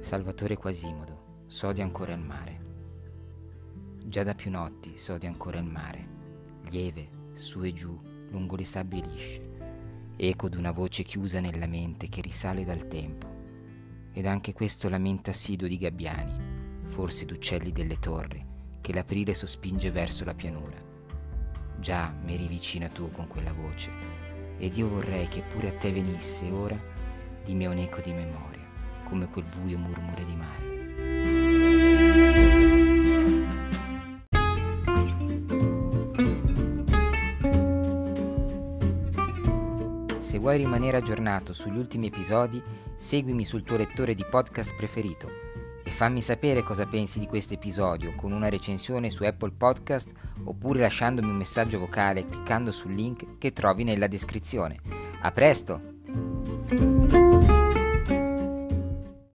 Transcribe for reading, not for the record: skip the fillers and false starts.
Salvatore Quasimodo, sodi ancora il mare. Già da più notti sodi ancora il mare, lieve, su e giù, lungo le sabbie lisce, eco d'una voce chiusa nella mente che risale dal tempo. Ed anche questo lamento assiduo di gabbiani, forse d'uccelli delle torri, che l'aprile sospinge verso la pianura. Già m'eri vicina tu con quella voce, ed io vorrei che pure a te venisse ora di me un eco di memoria, come quel buio murmure di mare. Se vuoi rimanere aggiornato sugli ultimi episodi, seguimi sul tuo lettore di podcast preferito e fammi sapere cosa pensi di questo episodio con una recensione su Apple Podcast oppure lasciandomi un messaggio vocale cliccando sul link che trovi nella descrizione. A presto!